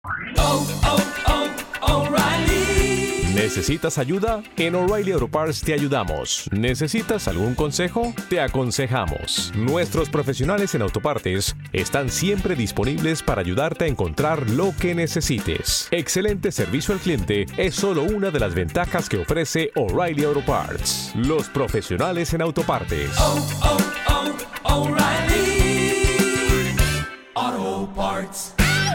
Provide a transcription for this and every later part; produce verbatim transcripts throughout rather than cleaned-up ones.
Oh, oh, oh, O'Reilly. ¿Necesitas ayuda? En O'Reilly Auto Parts te ayudamos. ¿Necesitas algún consejo? Te aconsejamos. Nuestros profesionales en autopartes están siempre disponibles para ayudarte a encontrar lo que necesites. Excelente servicio al cliente es solo una de las ventajas que ofrece O'Reilly Auto Parts. Los profesionales en autopartes. Oh, oh, oh, O'Reilly Auto Parts.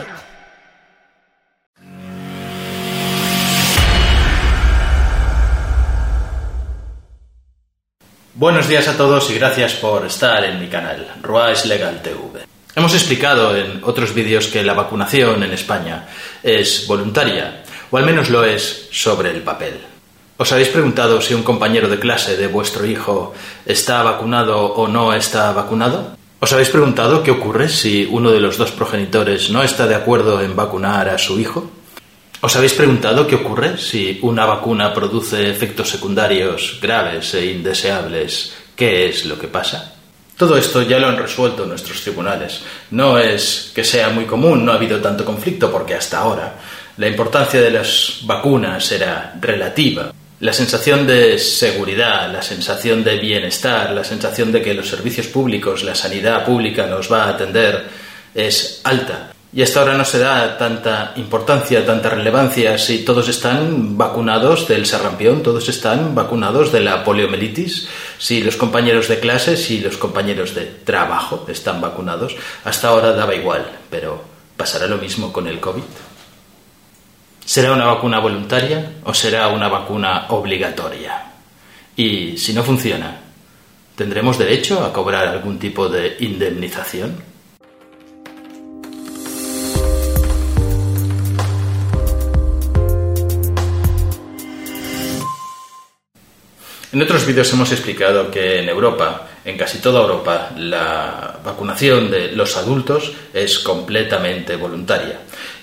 Buenos días a todos y gracias por estar en mi canal, Ruais Legal T V. Hemos explicado en otros vídeos que la vacunación en España es voluntaria, o al menos lo es sobre el papel. ¿Os habéis preguntado si un compañero de clase de vuestro hijo está vacunado o no está vacunado? ¿Os habéis preguntado qué ocurre si uno de los dos progenitores no está de acuerdo en vacunar a su hijo? ¿Os habéis preguntado qué ocurre si una vacuna produce efectos secundarios graves e indeseables? ¿Qué es lo que pasa? Todo esto ya lo han resuelto nuestros tribunales. No es que sea muy común, no ha habido tanto conflicto porque hasta ahora la importancia de las vacunas era relativa. La sensación de seguridad, la sensación de bienestar, la sensación de que los servicios públicos, la sanidad pública nos va a atender es alta. Y hasta ahora no se da tanta importancia, tanta relevancia si todos están vacunados del sarampión, todos están vacunados de la poliomielitis, si los compañeros de clase, si los compañeros de trabajo están vacunados. Hasta ahora daba igual, pero ¿pasará lo mismo con el COVID? ¿Será una vacuna voluntaria o será una vacuna obligatoria? Y si no funciona, ¿tendremos derecho a cobrar algún tipo de indemnización? En otros vídeos hemos explicado que en Europa, en casi toda Europa, la vacunación de los adultos es completamente voluntaria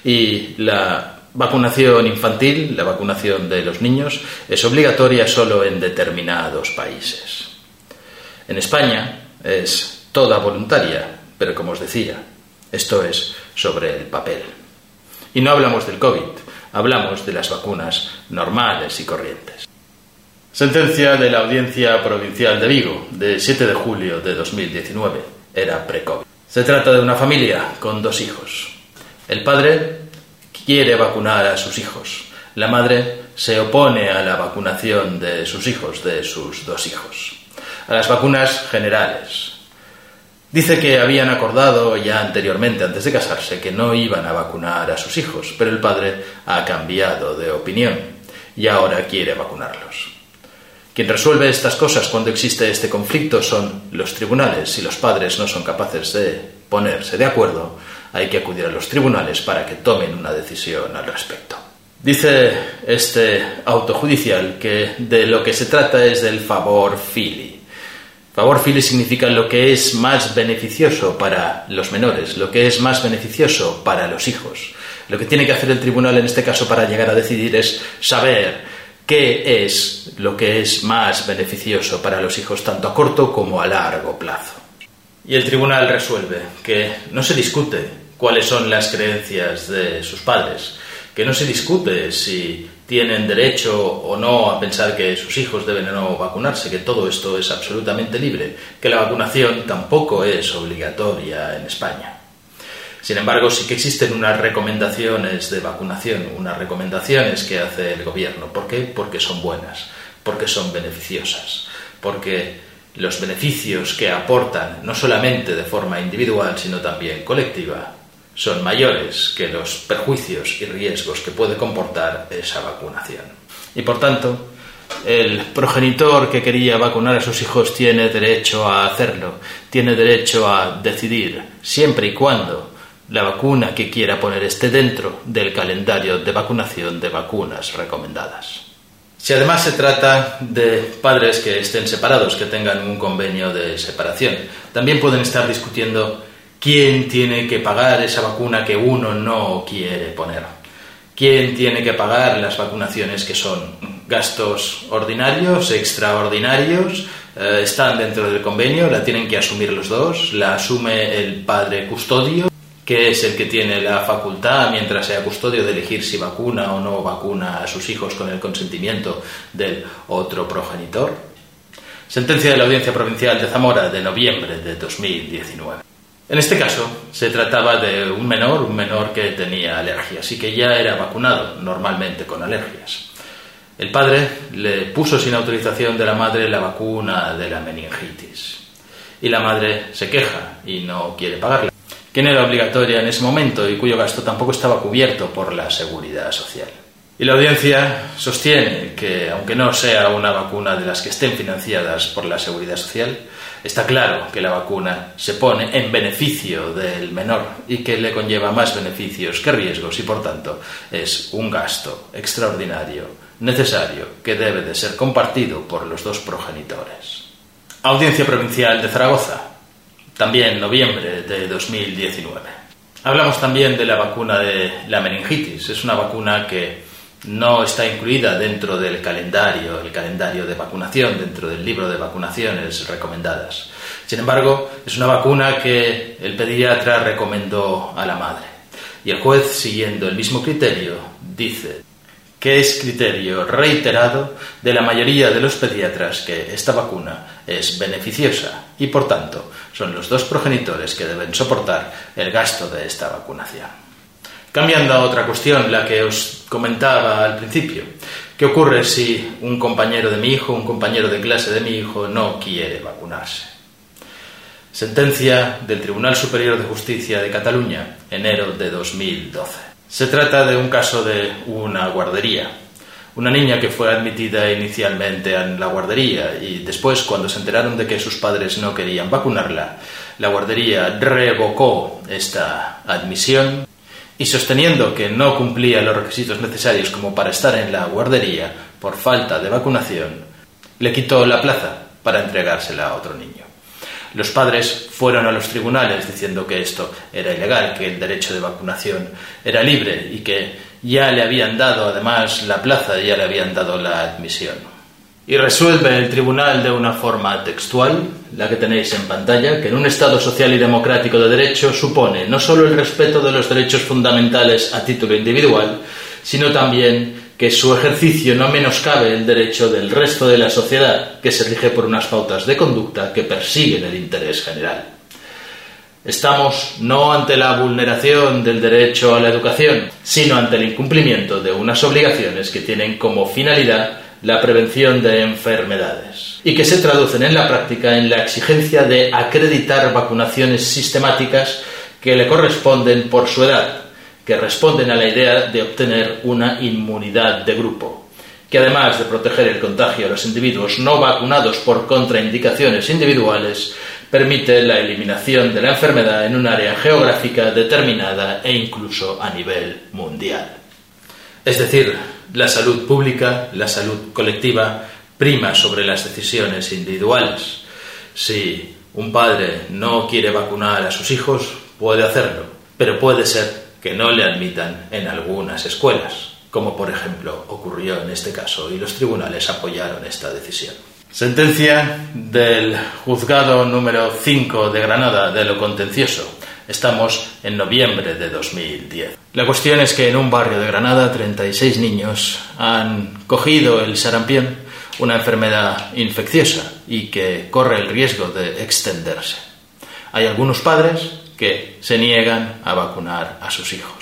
y la vacunación infantil, la vacunación de los niños, es obligatoria solo en determinados países. En España es toda voluntaria, pero como os decía, esto es sobre el papel. Y no hablamos del COVID, hablamos de las vacunas normales y corrientes. Sentencia de la Audiencia Provincial de Vigo, de siete de julio de dos mil diecinueve. Era pre-COVID. Se trata de una familia con dos hijos. El padre quiere vacunar a sus hijos. La madre se opone a la vacunación de sus hijos, de sus dos hijos. A las vacunas generales. Dice que habían acordado ya anteriormente, antes de casarse, que no iban a vacunar a sus hijos, pero el padre ha cambiado de opinión y ahora quiere vacunarlos. Quien resuelve estas cosas cuando existe este conflicto son los tribunales. Si los padres no son capaces de ponerse de acuerdo, hay que acudir a los tribunales para que tomen una decisión al respecto. Dice este auto judicial que de lo que se trata es del favor fili. Favor fili significa lo que es más beneficioso para los menores, lo que es más beneficioso para los hijos. Lo que tiene que hacer el tribunal en este caso para llegar a decidir es saber ¿qué es lo que es más beneficioso para los hijos tanto a corto como a largo plazo? Y el tribunal resuelve que no se discute cuáles son las creencias de sus padres, que no se discute si tienen derecho o no a pensar que sus hijos deben o no vacunarse, que todo esto es absolutamente libre, que la vacunación tampoco es obligatoria en España. Sin embargo, sí que existen unas recomendaciones de vacunación, unas recomendaciones que hace el gobierno. ¿Por qué? Porque son buenas, porque son beneficiosas, porque los beneficios que aportan, no solamente de forma individual, sino también colectiva, son mayores que los perjuicios y riesgos que puede comportar esa vacunación. Y por tanto, el progenitor que quería vacunar a sus hijos tiene derecho a hacerlo, tiene derecho a decidir, siempre y cuando la vacuna que quiera poner esté dentro del calendario de vacunación de vacunas recomendadas. Si además se trata de padres que estén separados, que tengan un convenio de separación, también pueden estar discutiendo quién tiene que pagar esa vacuna que uno no quiere poner. ¿Quién tiene que pagar las vacunaciones que son gastos ordinarios, extraordinarios? Eh, están dentro del convenio, la tienen que asumir los dos, la asume el padre custodio. que es el que tiene la facultad, mientras sea custodio, de elegir si vacuna o no vacuna a sus hijos con el consentimiento del otro progenitor. Sentencia de la Audiencia Provincial de Zamora de noviembre de dos mil diecinueve. En este caso, se trataba de un menor, un menor que tenía alergias y que ya era vacunado, normalmente con alergias. El padre le puso sin autorización de la madre la vacuna de la meningitis. Y la madre se queja y no quiere pagarla, que no era obligatoria en ese momento y cuyo gasto tampoco estaba cubierto por la Seguridad Social. Y la audiencia sostiene que, aunque no sea una vacuna de las que estén financiadas por la Seguridad Social, está claro que la vacuna se pone en beneficio del menor y que le conlleva más beneficios que riesgos y, por tanto, es un gasto extraordinario, necesario, que debe de ser compartido por los dos progenitores. Audiencia Provincial de Zaragoza, también noviembre de dos mil diecinueve. Hablamos también de la vacuna de la meningitis. Es una vacuna que no está incluida dentro del calendario, el calendario de vacunación, dentro del libro de vacunaciones recomendadas. Sin embargo, es una vacuna que el pediatra recomendó a la madre. Y el juez, siguiendo el mismo criterio, dice que es criterio reiterado de la mayoría de los pediatras que esta vacuna es beneficiosa y, por tanto, son los dos progenitores que deben soportar el gasto de esta vacunación. Cambiando a otra cuestión, la que os comentaba al principio. ¿Qué ocurre si un compañero de mi hijo, un compañero de clase de mi hijo, no quiere vacunarse? Sentencia del Tribunal Superior de Justicia de Cataluña, enero de dos mil doce. Se trata de un caso de una guardería. Una niña que fue admitida inicialmente en la guardería y después, cuando se enteraron de que sus padres no querían vacunarla, la guardería revocó esta admisión y, sosteniendo que no cumplía los requisitos necesarios como para estar en la guardería por falta de vacunación, le quitó la plaza para entregársela a otro niño. Los padres fueron a los tribunales diciendo que esto era ilegal, que el derecho de vacunación era libre y que ya le habían dado además la plaza, ya le habían dado la admisión. Y resuelve el tribunal de una forma textual, la que tenéis en pantalla, que en un Estado social y democrático de derecho supone no solo el respeto de los derechos fundamentales a título individual, sino también que su ejercicio no menoscabe el derecho del resto de la sociedad, que se rige por unas pautas de conducta que persiguen el interés general. Estamos no ante la vulneración del derecho a la educación, sino ante el incumplimiento de unas obligaciones que tienen como finalidad la prevención de enfermedades y que se traducen en la práctica en la exigencia de acreditar vacunaciones sistemáticas que le corresponden por su edad, que responden a la idea de obtener una inmunidad de grupo, que además de proteger el contagio a los individuos no vacunados por contraindicaciones individuales, permite la eliminación de la enfermedad en un área geográfica determinada e incluso a nivel mundial. Es decir, la salud pública, la salud colectiva, prima sobre las decisiones individuales. Si un padre no quiere vacunar a sus hijos, puede hacerlo, pero puede ser que no le admitan en algunas escuelas, como por ejemplo ocurrió en este caso, y los tribunales apoyaron esta decisión. Sentencia del juzgado número cinco de Granada de lo contencioso. Estamos en noviembre de dos mil diez. La cuestión es que en un barrio de Granada treinta y seis niños han cogido el sarampión, una enfermedad infecciosa y que corre el riesgo de extenderse. Hay algunos padres que se niegan a vacunar a sus hijos.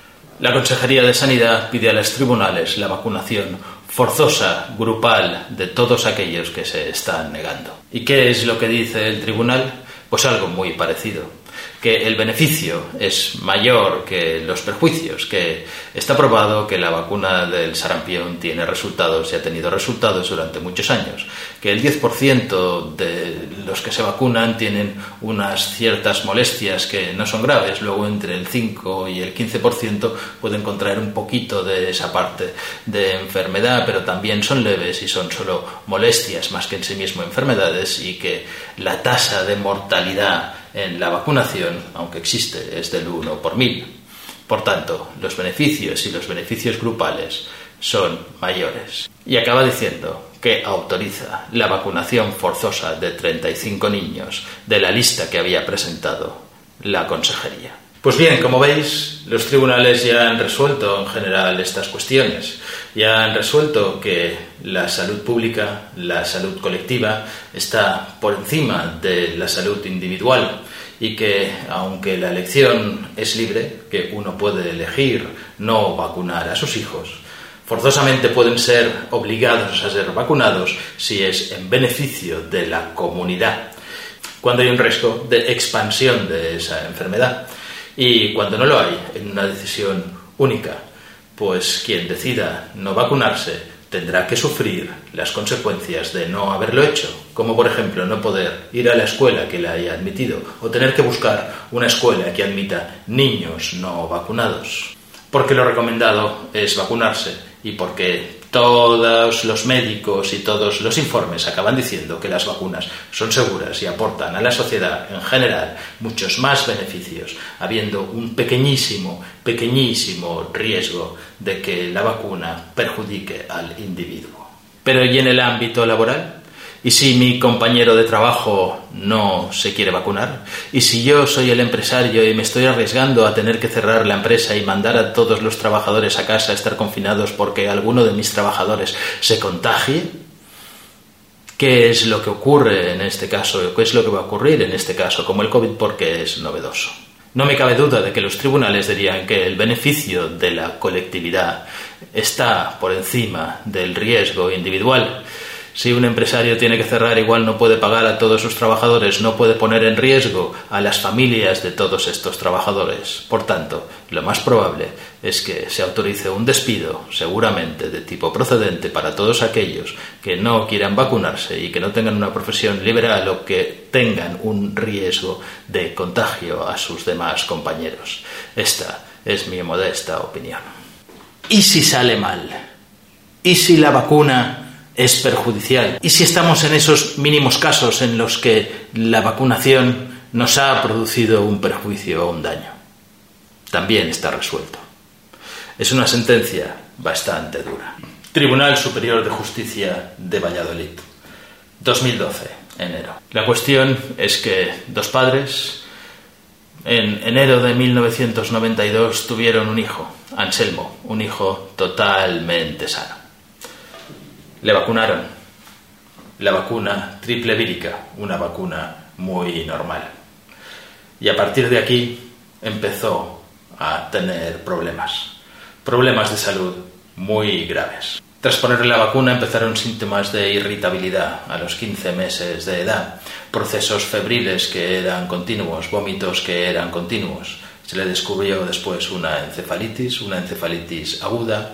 La Consejería de Sanidad pide a los tribunales la vacunación forzosa, grupal, de todos aquellos que se están negando. ¿Y qué es lo que dice el tribunal? Pues algo muy parecido, que el beneficio es mayor que los perjuicios, que está probado que la vacuna del sarampión tiene resultados y ha tenido resultados durante muchos años, que el diez por ciento de los que se vacunan tienen unas ciertas molestias que no son graves, luego entre el cinco y el quince por ciento pueden contraer un poquito de esa parte de enfermedad, pero también son leves y son solo molestias más que en sí mismo enfermedades, y que la tasa de mortalidad en la vacunación, aunque existe, es del uno por mil. Por tanto, los beneficios y los beneficios grupales son mayores. Y acaba diciendo que autoriza la vacunación forzosa de treinta y cinco niños de la lista que había presentado la Consejería. Pues bien, como veis, los tribunales ya han resuelto en general estas cuestiones. Ya han resuelto que la salud pública, la salud colectiva, está por encima de la salud individual y que, aunque la elección es libre, que uno puede elegir no vacunar a sus hijos, forzosamente pueden ser obligados a ser vacunados si es en beneficio de la comunidad, cuando hay un riesgo de expansión de esa enfermedad. Y cuando no lo hay, en una decisión única, pues quien decida no vacunarse tendrá que sufrir las consecuencias de no haberlo hecho, como por ejemplo no poder ir a la escuela que la haya admitido o tener que buscar una escuela que admita niños no vacunados. Porque lo recomendado es vacunarse y porque todos los médicos y todos los informes acaban diciendo que las vacunas son seguras y aportan a la sociedad en general muchos más beneficios, habiendo un pequeñísimo, pequeñísimo riesgo de que la vacuna perjudique al individuo. Pero ¿y en el ámbito laboral? ¿Y si mi compañero de trabajo no se quiere vacunar? ¿Y si yo soy el empresario y me estoy arriesgando a tener que cerrar la empresa y mandar a todos los trabajadores a casa a estar confinados porque alguno de mis trabajadores se contagie? ¿Qué es lo que ocurre en este caso? ¿Qué es lo que va a ocurrir en este caso como el COVID? Porque es novedoso. No me cabe duda de que los tribunales dirían que el beneficio de la colectividad está por encima del riesgo individual. Si un empresario tiene que cerrar, igual no puede pagar a todos sus trabajadores, no puede poner en riesgo a las familias de todos estos trabajadores. Por tanto, lo más probable es que se autorice un despido, seguramente de tipo procedente, para todos aquellos que no quieran vacunarse y que no tengan una profesión liberal o que tengan un riesgo de contagio a sus demás compañeros. Esta es mi modesta opinión. ¿Y si sale mal? ¿Y si la vacuna es perjudicial? ¿Y si estamos en esos mínimos casos en los que la vacunación nos ha producido un perjuicio o un daño? También está resuelto. Es una sentencia bastante dura. Tribunal Superior de Justicia de Valladolid, dos mil doce, enero. La cuestión es que dos padres en enero de mil novecientos noventa y dos tuvieron un hijo, Anselmo, un hijo totalmente sano. Le vacunaron. La vacuna triple vírica, una vacuna muy normal. Y a partir de aquí empezó a tener problemas. Problemas de salud muy graves. Tras ponerle la vacuna empezaron síntomas de irritabilidad a los quince meses de edad, procesos febriles que eran continuos, vómitos que eran continuos. Se le descubrió después una encefalitis, una encefalitis aguda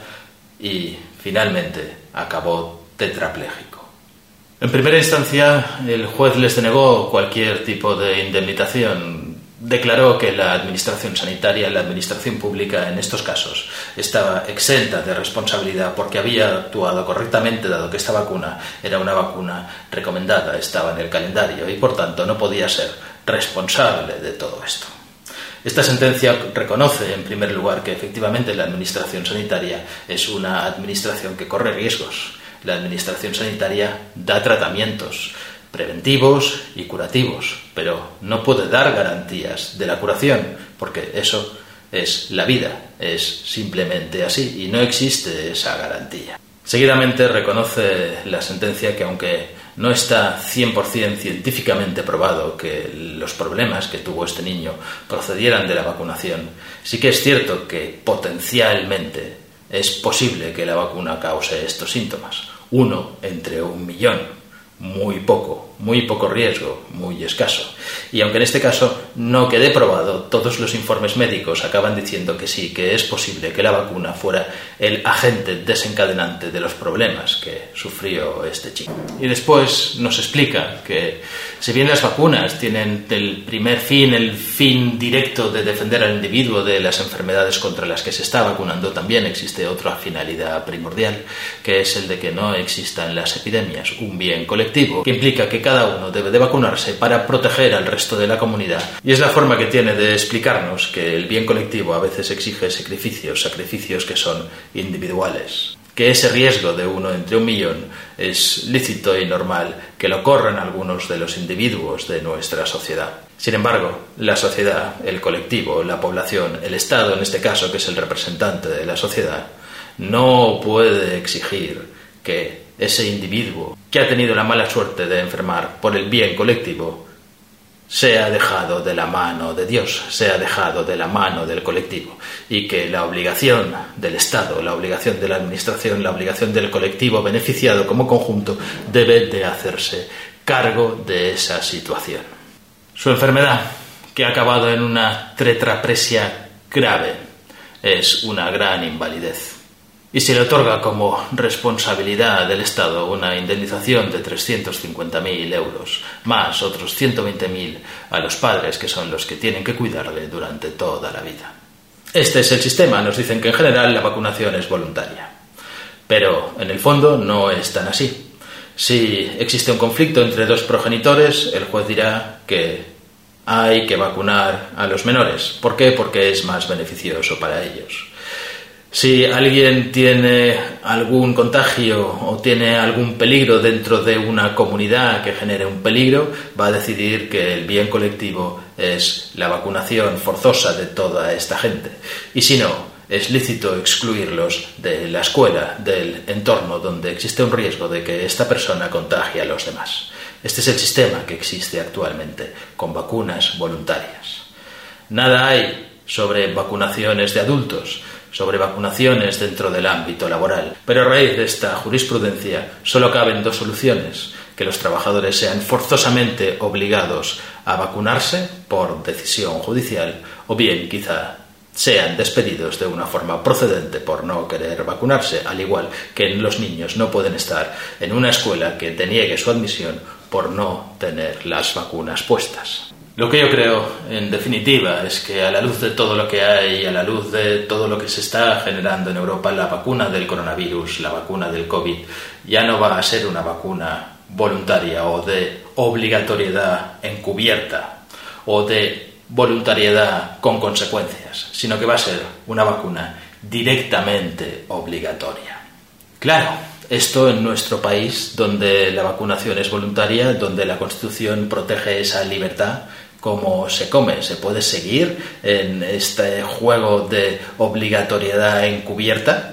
y finalmente acabó tetrapléjico. En primera instancia, el juez les denegó cualquier tipo de indemnización. Declaró que la administración sanitaria, la administración pública en estos casos estaba exenta de responsabilidad porque había actuado correctamente, dado que esta vacuna era una vacuna recomendada, estaba en el calendario y por tanto no podía ser responsable de todo esto. Esta sentencia reconoce, en primer lugar, que efectivamente la administración sanitaria es una administración que corre riesgos. La administración sanitaria da tratamientos preventivos y curativos, pero no puede dar garantías de la curación, porque eso es la vida, es simplemente así y no existe esa garantía. Seguidamente reconoce la sentencia que aunque no está cien por ciento científicamente probado que los problemas que tuvo este niño procedieran de la vacunación, sí que es cierto que potencialmente es posible que la vacuna cause estos síntomas. Uno entre un millón. Muy poco, muy poco riesgo, muy escaso. Y aunque en este caso no quede probado, todos los informes médicos acaban diciendo que sí, que es posible que la vacuna fuera el agente desencadenante de los problemas que sufrió este chico. Y después nos explica que si bien las vacunas tienen el primer fin, el fin directo de defender al individuo de las enfermedades contra las que se está vacunando, también existe otra finalidad primordial, que es el de que no existan las epidemias, un bien colectivo que implica que cada uno debe de vacunarse para proteger al resto de la comunidad. Y es la forma que tiene de explicarnos que el bien colectivo a veces exige sacrificios, sacrificios que son individuales. Que ese riesgo de uno entre un millón es lícito y normal que lo corran algunos de los individuos de nuestra sociedad. Sin embargo, la sociedad, el colectivo, la población, el Estado en este caso, que es el representante de la sociedad, no puede exigir que ese individuo que ha tenido la mala suerte de enfermar por el bien colectivo sea dejado de la mano de Dios, sea dejado de la mano del colectivo, y que la obligación del Estado, la obligación de la Administración, la obligación del colectivo beneficiado como conjunto debe de hacerse cargo de esa situación. Su enfermedad, que ha acabado en una tetrapresia grave, es una gran invalidez. Y se le otorga como responsabilidad del Estado una indemnización de trescientos cincuenta mil euros, más otros ciento veinte mil a los padres, que son los que tienen que cuidarle durante toda la vida. Este es el sistema. Nos dicen que en general la vacunación es voluntaria. Pero en el fondo no es tan así. Si existe un conflicto entre dos progenitores, el juez dirá que hay que vacunar a los menores. ¿Por qué? Porque es más beneficioso para ellos. Si alguien tiene algún contagio o tiene algún peligro dentro de una comunidad que genere un peligro, va a decidir que el bien colectivo es la vacunación forzosa de toda esta gente. Y si no, es lícito excluirlos de la escuela, del entorno donde existe un riesgo de que esta persona contagie a los demás. Este es el sistema que existe actualmente, con vacunas voluntarias. Nada hay sobre vacunaciones de adultos, sobre vacunaciones dentro del ámbito laboral. Pero a raíz de esta jurisprudencia solo caben dos soluciones: que los trabajadores sean forzosamente obligados a vacunarse por decisión judicial, o bien quizá sean despedidos de una forma procedente por no querer vacunarse, al igual que los niños no pueden estar en una escuela que deniegue su admisión por no tener las vacunas puestas. Lo que yo creo, en definitiva, es que a la luz de todo lo que hay, a la luz de todo lo que se está generando en Europa, la vacuna del coronavirus, la vacuna del COVID, ya no va a ser una vacuna voluntaria o de obligatoriedad encubierta o de voluntariedad con consecuencias, sino que va a ser una vacuna directamente obligatoria. Claro, esto en nuestro país, donde la vacunación es voluntaria, donde la Constitución protege esa libertad, ¿cómo se come? ¿Se puede seguir en este juego de obligatoriedad encubierta?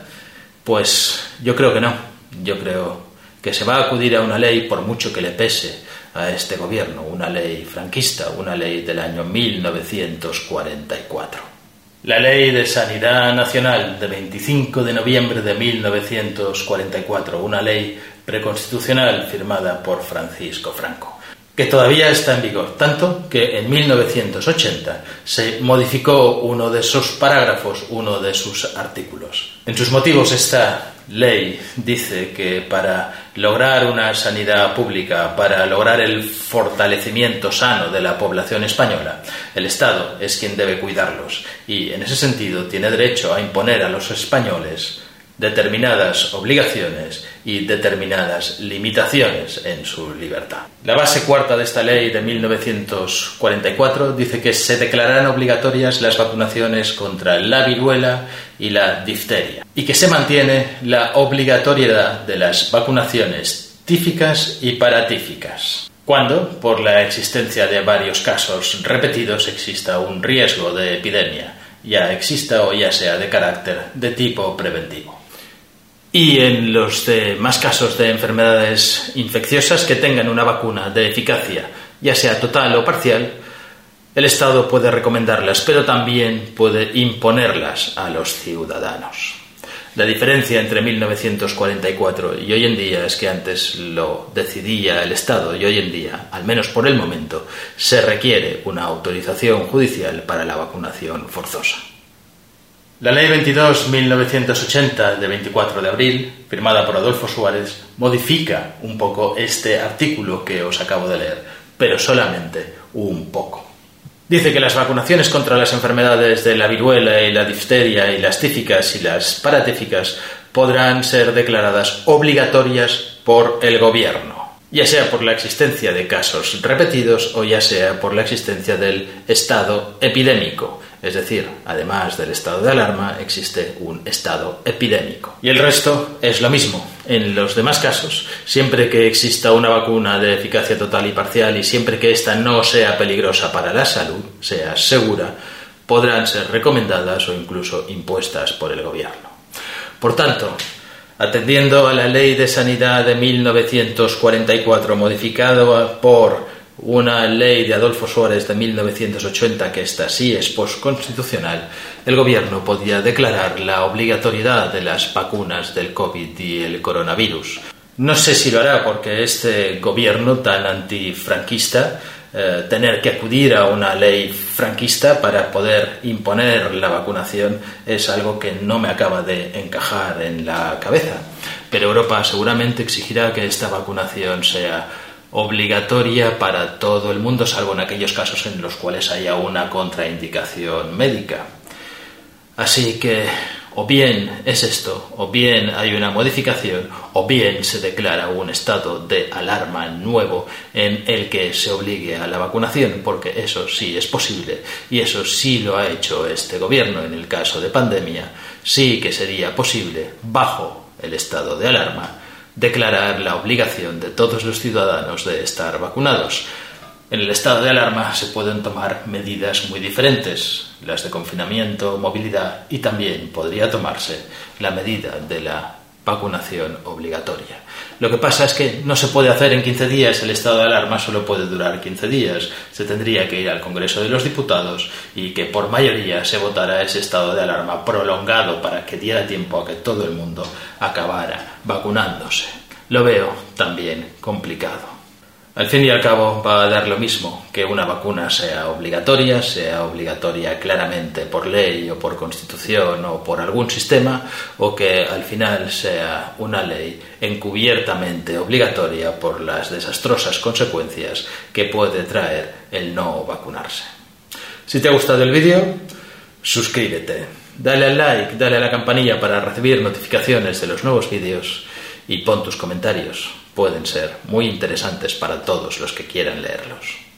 Pues yo creo que no. Yo creo que se va a acudir a una ley, por mucho que le pese a este gobierno, una ley franquista, una ley del año mil novecientos cuarenta y cuatro. La Ley de Sanidad Nacional de veinticinco de noviembre de mil novecientos cuarenta y cuatro, una ley preconstitucional firmada por Francisco Franco, que todavía está en vigor, tanto que en mil novecientos ochenta se modificó uno de sus parágrafos, uno de sus artículos. En sus motivos esta ley dice que para lograr una sanidad pública, para lograr el fortalecimiento sano de la población española, el Estado es quien debe cuidarlos y en ese sentido tiene derecho a imponer a los españoles determinadas obligaciones y determinadas limitaciones en su libertad. La base cuarta de esta ley de mil novecientos cuarenta y cuatro dice que se declararán obligatorias las vacunaciones contra la viruela y la difteria y que se mantiene la obligatoriedad de las vacunaciones tíficas y paratíficas cuando, por la existencia de varios casos repetidos, exista un riesgo de epidemia, ya exista o ya sea de carácter de tipo preventivo. Y en los demás casos de enfermedades infecciosas que tengan una vacuna de eficacia, ya sea total o parcial, el Estado puede recomendarlas, pero también puede imponerlas a los ciudadanos. La diferencia entre mil novecientos cuarenta y cuatro y hoy en día es que antes lo decidía el Estado y hoy en día, al menos por el momento, se requiere una autorización judicial para la vacunación forzosa. La Ley veintidós barra mil novecientos ochenta de veinticuatro de abril, firmada por Adolfo Suárez, modifica un poco este artículo que os acabo de leer, pero solamente un poco. Dice que las vacunaciones contra las enfermedades de la viruela y la difteria y las tíficas y las paratíficas podrán ser declaradas obligatorias por el gobierno, ya sea por la existencia de casos repetidos o ya sea por la existencia del estado epidémico. Es decir, además del estado de alarma, existe un estado epidémico. Y el resto es lo mismo. En los demás casos, siempre que exista una vacuna de eficacia total y parcial y siempre que ésta no sea peligrosa para la salud, sea segura, podrán ser recomendadas o incluso impuestas por el gobierno. Por tanto, atendiendo a la Ley de Sanidad de mil novecientos cuarenta y cuatro, modificada por una ley de Adolfo Suárez de mil novecientos ochenta, que esta sí es postconstitucional, el gobierno podía declarar la obligatoriedad de las vacunas del COVID y el coronavirus. No sé si lo hará porque este gobierno tan antifranquista, eh, tener que acudir a una ley franquista para poder imponer la vacunación es algo que no me acaba de encajar en la cabeza. Pero Europa seguramente exigirá que esta vacunación sea obligatoria para todo el mundo, salvo en aquellos casos en los cuales haya una contraindicación médica. Así que o bien es esto, o bien hay una modificación, o bien se declara un estado de alarma nuevo en el que se obligue a la vacunación, porque eso sí es posible, y eso sí lo ha hecho este gobierno en el caso de pandemia. Sí que sería posible, bajo el estado de alarma, declarar la obligación de todos los ciudadanos de estar vacunados. En el estado de alarma se pueden tomar medidas muy diferentes, las de confinamiento, movilidad, y también podría tomarse la medida de la vacunación obligatoria. Lo que pasa es que no se puede hacer en quince días, el estado de alarma solo puede durar quince días. Se tendría que ir al Congreso de los Diputados y que por mayoría se votara ese estado de alarma prolongado para que diera tiempo a que todo el mundo acabara vacunándose. Lo veo también complicado. Al fin y al cabo va a dar lo mismo que una vacuna sea obligatoria, sea obligatoria claramente por ley o por constitución o por algún sistema, o que al final sea una ley encubiertamente obligatoria por las desastrosas consecuencias que puede traer el no vacunarse. Si te ha gustado el vídeo, suscríbete, dale al like, dale a la campanilla para recibir notificaciones de los nuevos vídeos y pon tus comentarios. Pueden ser muy interesantes para todos los que quieran leerlos.